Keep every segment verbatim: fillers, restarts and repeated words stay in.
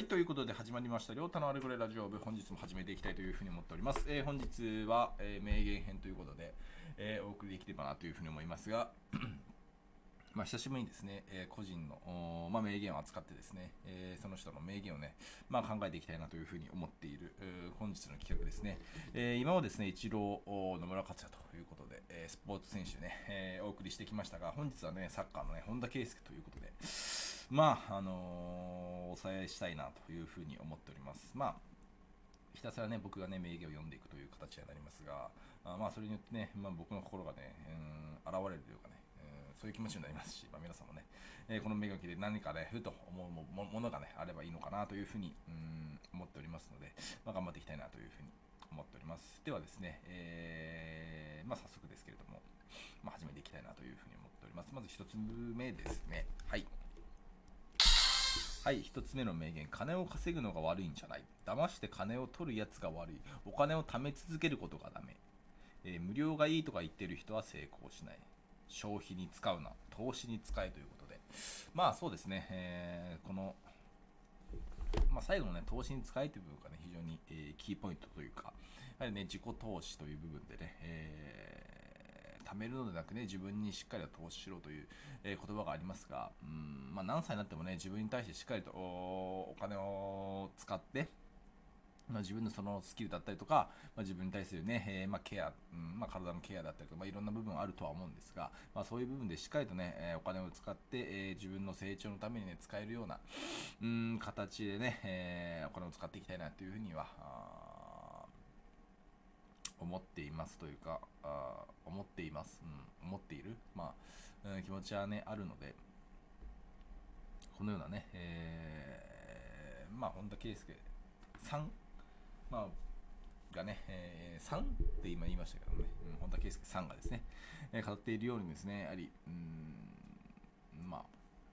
はい、ということで始まりました、りょうたのあれこれラジオ部、本日も始めていきたいというふうに思っております。えー本日は、えー名言編ということで、えーお送りできればなというふうに思いますが、まあ、久しぶりにですね、えー個人の、おーまあ、名言を扱ってですね、えーその人の名言をね、まあ、考えていきたいなというふうに思っている、えー本日の企画ですね。えー今はですね、イチロー、野村克也ということで、えースポーツ選手ね、えーお送りしてきましたが、本日はね、サッカーのね、本田圭佑ということで、まあ、あのーおさえしたいなというふうに思っております。まあ、ひたすらね、僕がね、名言を読んでいくという形になりますが、あまあ、それによってね、まあ、僕の心がね、うん、現れるというかね、うんそういう気持ちになりますし、まあ、皆さんもね、えーこの名言を聞いて何かね、ふと思うももものがね、あればいいのかなというふうに、うん思っておりますので、まあ、頑張っていきたいなというふうに思っております。ではですね、えーまあ、早速ですけれども、まあ、始めていきたいなというふうに思っております。まず一つ目ですね。はい。はい、一つ目の名言。金を稼ぐのが悪いんじゃない。騙して金を取るやつが悪い。お金を貯め続けることがダメ。えー無料がいいとか言ってる人は成功しない。消費に使うな。投資に使えということで。まあそうですね。えーこの、まあ、最後のね、投資に使えという部分がね、非常に、えーキーポイントというか、やはりね、自己投資という部分でね、えー貯めるのでなくね、自分にしっかりと投資しろという、えー言葉がありますが、うんまあ、何歳になってもね、自分に対してしっかりとおお金を使って、まあ、自分のそのスキルだったりとか、まあ、自分に対するね、えーまあ、ケア、うんまあ、体のケアだったりとか、まあ、いろんな部分あるとは思うんですが、まあ、そういう部分でしっかりとね、えーお金を使って、えー自分の成長のためにね、使えるような、うん形でね、えーお金を使っていきたいなというふうには、あー思っていますというか、あー思っています、うん、思っている、まあ、うん気持ちはね、あるので、このようなね、えーまあ、本田圭佑さん、まあ、がね、えー、さんって今言いましたけどね、うん、本田圭佑さんがですね、えー語っているようにですね、やはり、うーん、まあ、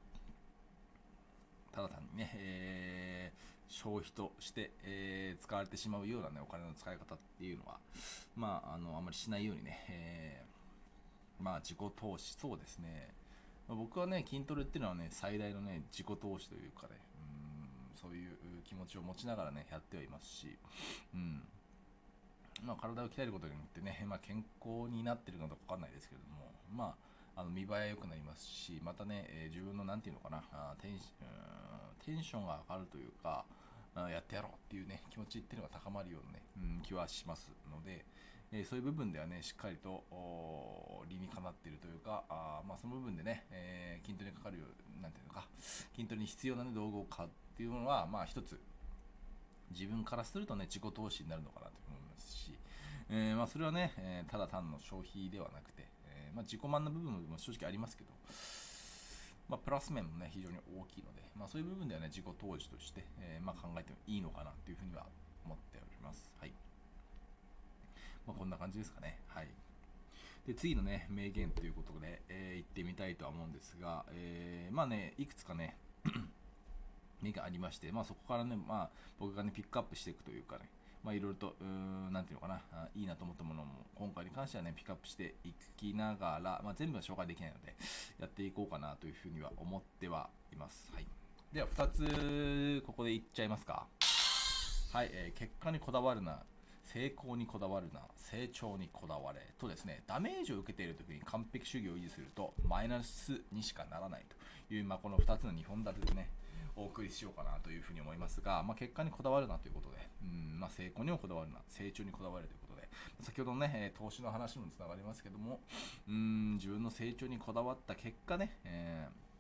ただ単にね、えー消費として、えー使われてしまうようなね、お金の使い方っていうのは、まあ、あの、あんまりしないようにね、えーまあ、自己投資、そうですね、まあ僕はね、筋トレっていうのはね、最大のね、自己投資というかね、うーん、そういう気持ちを持ちながらね、やってはいますし、うん、まあ、体を鍛えることによってね、まあ、健康になっているのか分かんないですけれども、まあ、あの見栄えは良くなりますし、またね、えー自分のなんていうのかな、あーテンシうーんテンションが上がるというか、あーやってやろうっていうね、気持ちっていうのが高まるようなね、うん、気はしますので、えーそういう部分ではね、しっかりとおー理にかなっているというか、あーまあ、その部分でね、えー筋トレにかかるよう、なんていうのか、筋トレに必要な、ね、道具を買うっていうのは、まあ、一つ、自分からするとね、自己投資になるのかなと思いますし、えーまあ、それはね、えーただ単の消費ではなくて、えーまあ、自己満な部分も正直ありますけど、まあ、プラス面もね、非常に大きいので、まあ、そういう部分ではね、自己投資として、えーまあ、考えてもいいのかなというふうには思っております。はい。まあ、こんな感じですかね。はい。で、次のね、名言ということで、えー言ってみたいとは思うんですが、えーまあね、いくつかね、目がありまして、まあ、そこからね、まあ、僕がね、ピックアップしていくというかね、まあ、いろいろと、うーん、なんていうのかな、あいいなと思ったものも、今回に関してはね、ピックアップしていきながら、まあ、全部は紹介できないので、やっていこうかなというふうには思ってはいます。はい。では、ふたつ、ここでいっちゃいますか。はい、えー結果にこだわるな、成功にこだわるな、成長にこだわれとですね、ダメージを受けている時に完璧主義を維持するとマイナスにしかならないという、まあ、このふたつのにほん立てでね、お送りしようかなというふうに思いますが、まあ、結果にこだわるなということで、うんまあ、成功にもこだわるな、成長にこだわるということで、先ほどのね、えー投資の話にもつながりますけども、うん自分の成長にこだわった結果ね、えー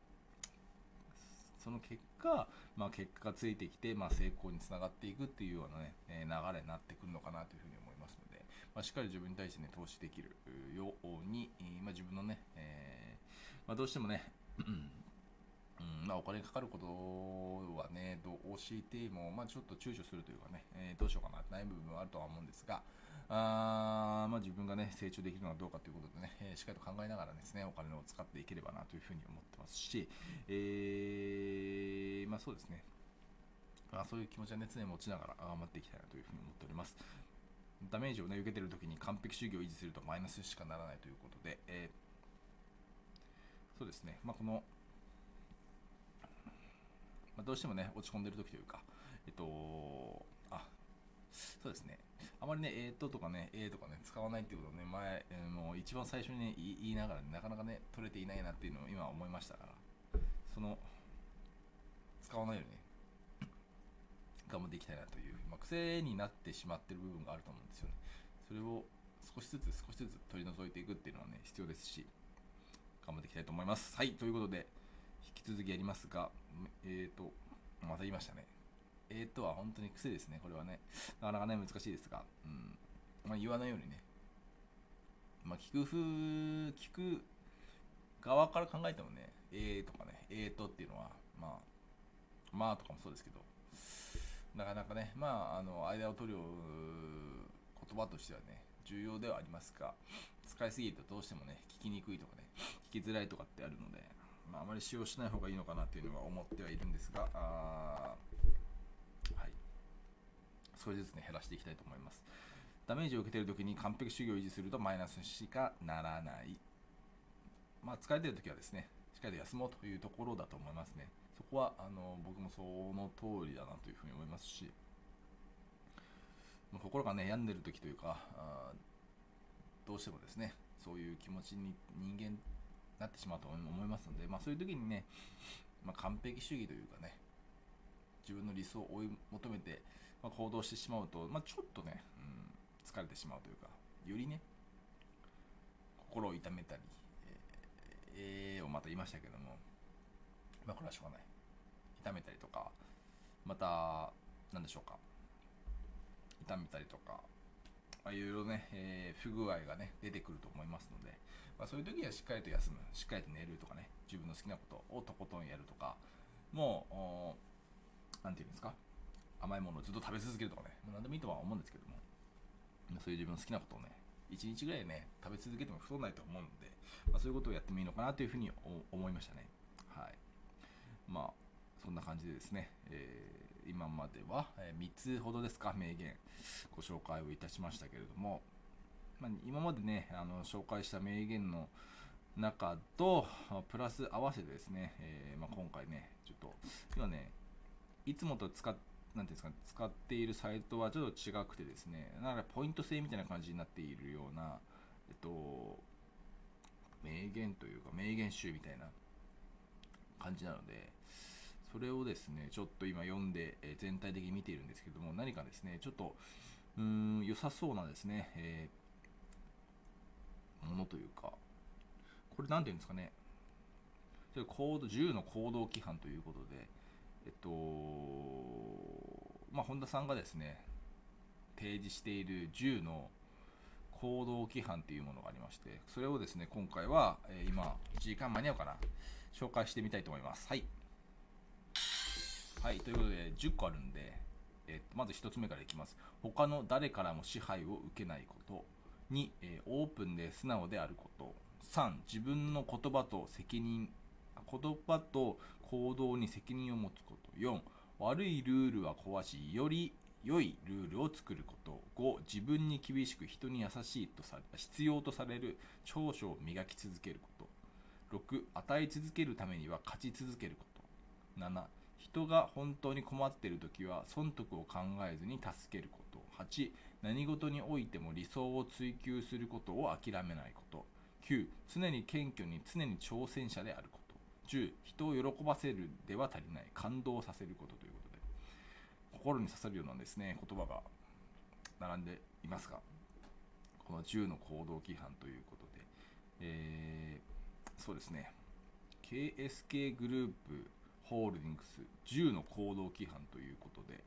その結果、まあ、結果がついてきて、まあ、成功につながっていくっていうような、ね、えー流れになってくるのかなというふうに思いますので、まあ、しっかり自分に対して、ね、投資できるように、まあ、自分のね、えーまあ、どうしてもね、うんまあ、お金かかることはね、どう教えても、まあ、ちょっと躊躇するというかね、えーどうしようかなってない部分はあるとは思うんですが、あーまあ、自分がね、成長できるのはどうかということでね、えーしっかりと考えながらですね、お金を使っていければなというふうに思ってますし、えーまあそうですね、まあ、そういう気持ちはね、常に持ちながら頑張っていきたいなというふうに思っております。ダメージをね、受けているときに完璧主義を維持するとマイナスしかならないということで、えーそうですね、まあ、このまあ、どうしてもね、落ち込んでる時というか、えっと、あ、そうですね、あまりね、えーととかね、えーとかね、使わないっていうことをね、前、えーもう一番最初にね、言い言いながら、ね、なかなかね、取れていないなっていうのを今思いましたから、その、使わないようにね、頑張っていきたいなという、まあ、癖になってしまってる部分があると思うんですよね。それを少しずつ少しずつ取り除いていくっていうのはね、必要ですし、頑張っていきたいと思います。はい、ということで、引き続きやりますが、えーと、また言いましたね。えーとは本当に癖ですね、これはね。なかなかね、難しいですが、うん、まあ、言わないようにね、まあ、聞く風、聞く側から考えてもね、えーとかね、えーとっていうのは、まあ、まあとかもそうですけど、なかなかね、まあ、あの間を取る言葉としてはね、重要ではありますが、使いすぎるとどうしてもね、聞きにくいとかね、聞きづらいとかってあるので、まあ、あまり使用しない方がいいのかなっていうのは思ってはいるんですが、あはい、少しずつね、減らしていきたいと思います。ダメージを受けているときに完璧主義を維持するとマイナスしかならない。まあ、疲れているときはですね、しっかりと休もうというところだと思いますね。そこはあの僕もその通りだなというふうに思いますし、心がね病んでる時というか、あどうしてもですねそういう気持ちに人間なってしまうと思いますので、まあ、そういう時にね、まあ、完璧主義というかね、自分の理想を追い求めて、まあ、行動してしまうと、まあ、ちょっとね、うん、疲れてしまうというか、よりね心を痛めたり、えー、えー、をまた言いましたけども、まあ、これはしょうがない、痛めたりとか、また何でしょうか、痛めたりとか、まあ、いろいろね、えー不具合がね出てくると思いますので、まあ、そういう時にはしっかりと休む、しっかりと寝るとかね、自分の好きなことをとことんやるとか、もうおなんていうんですか、甘いものをずっと食べ続けるとかね、もう何でもいいとは思うんですけども、そういう自分の好きなことをねいちにちぐらいね食べ続けても太らないと思うので、まあ、そういうことをやってもいいのかなというふうに思いましたね。はい、まあそんな感じでですね、えー今まではみっつほどですか、名言ご紹介をいたしましたけれども、まあ、今までねあの紹介した名言の中とプラス合わせてですね、えーまあ、今回ねちょっと今ねいつもと使っなんていうんですか、使っているサイトはちょっと違くてですね、なんかポイント制みたいな感じになっているような、えっと、名言というか名言集みたいな感じなので、それをですねちょっと今読んで、えー全体的に見ているんですけども、何かですねちょっとうーん良さそうなですね、えーものというか、これなんていうんですかね、それコードじゅうの行動規範ということで、えっとまあ本田さんがですね提示しているじゅうの行動規範というものがありまして、それをですね今回は、えー今いちじかん間に合うかな、紹介してみたいと思います。はい、はい、ということでじゅっこあるんで、えー、とまずひとつめからいきます。他の誰からも支配を受けないこと。に、えーオープンで素直であること。さん、自分の言葉と責任言葉と行動に責任を持つこと。よん、悪いルールは壊しより良いルールを作ること。ご、自分に厳しく人に優しいとされ必要とされる長所を磨き続けること。ろく、与え続けるためには勝ち続けること。なな、人が本当に困っているときは損得を考えずに助けること。はち、何事においても理想を追求することを諦めないこと。きゅう、常に謙虚に常に挑戦者であること。じゅう、人を喜ばせるでは足りない、感動させることということで、心に刺さるようなですね言葉が並んでいますが、このじゅうの行動規範ということで、えー、そうですね ケーエスケー グループホールディングスじゅうの行動規範ということで、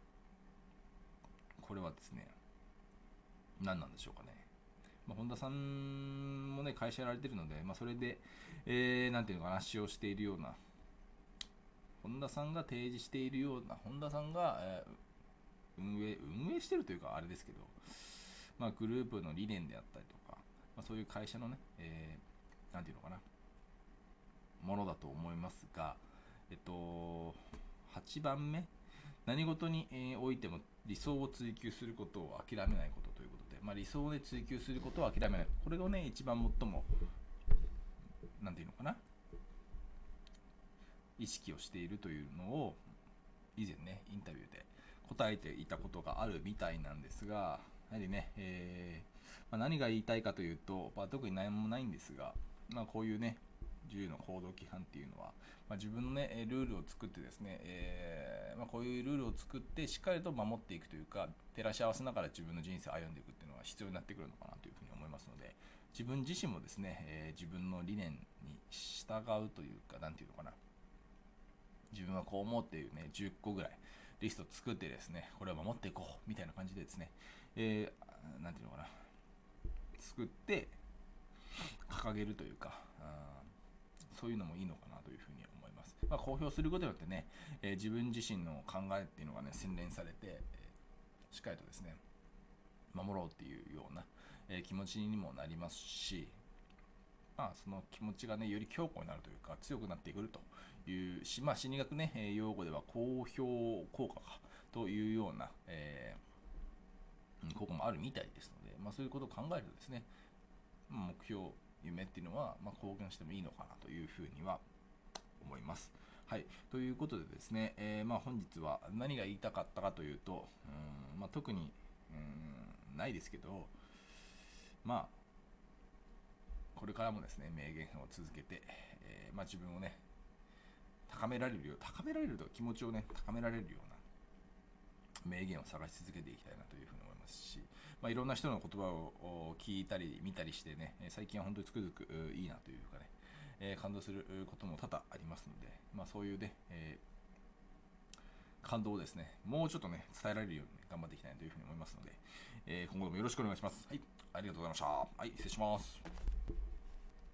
これはですね何なんでしょうかね。まあ、本田さんもね会社やられているので、まあ、それで、えー、なんていうのかな、使用しているような、本田さんが提示しているような、本田さんが、えー運営運営してるというかあれですけど、まあ、グループの理念であったりとか、まあ、そういう会社のね、えー、なんていうのかな、ものだと思いますが、えっとはちばんめ、何事においても理想を追求することを諦めないことということで、まあ、理想を、ね、追求することを諦めない、これをね一番最もなんていうのかな、意識をしているというのを以前ねインタビューで答えていたことがあるみたいなんですが、やはりね、えーまあ、何が言いたいかというと、まあ、特に何もないんですが、まあ、こういうねじゅうの行動規範っていうのは、まあ、自分のねルールを作ってですね、えーまあ、こういうルールを作ってしっかりと守っていくというか、照らし合わせながら自分の人生を歩んでいくっていうのは必要になってくるのかなというふうに思いますので、自分自身もですね、えー自分の理念に従うというか、なんていうのかな、自分はこう思うっていうねじゅっこぐらいリストを作ってですね、これを守っていこうみたいな感じでですね、えー、なんていうのかな、作って掲げるというか、あそういうのもいいのかなというふうに思います。まあ、公表することによってね、えー自分自身の考えっていうのがね洗練されて、えーしっかりとですね守ろうっていうような、えー気持ちにもなりますし、まあ、その気持ちがねより強固になるというか強くなってくるというし、まあ、心理学ね、えー用語では公表効果かというような、えー効果もあるみたいですので、まあ、そういうことを考えるとですね、目標夢っていうのは、まあ、公言してもいいのかなというふうには思います。はい、ということでですね、えーまあ、本日は何が言いたかったかというと、うん、まあ、特にうんないですけど、まあこれからもですね名言を続けて、えーまあ、自分をね高められるよう高められると気持ちをね高められるような名言を探し続けていきたいなというふうに思いますし、まあ、いろんな人の言葉を聞いたり見たりしてね、最近は本当につくづくいいなというかね、えー感動することも多々ありますので、まあ、そういうね、えー感動をですねもうちょっとね伝えられるように頑張っていきたいなというふうに思いますので、えー今後ともよろしくお願いします。はい、ありがとうございました。はい、失礼します。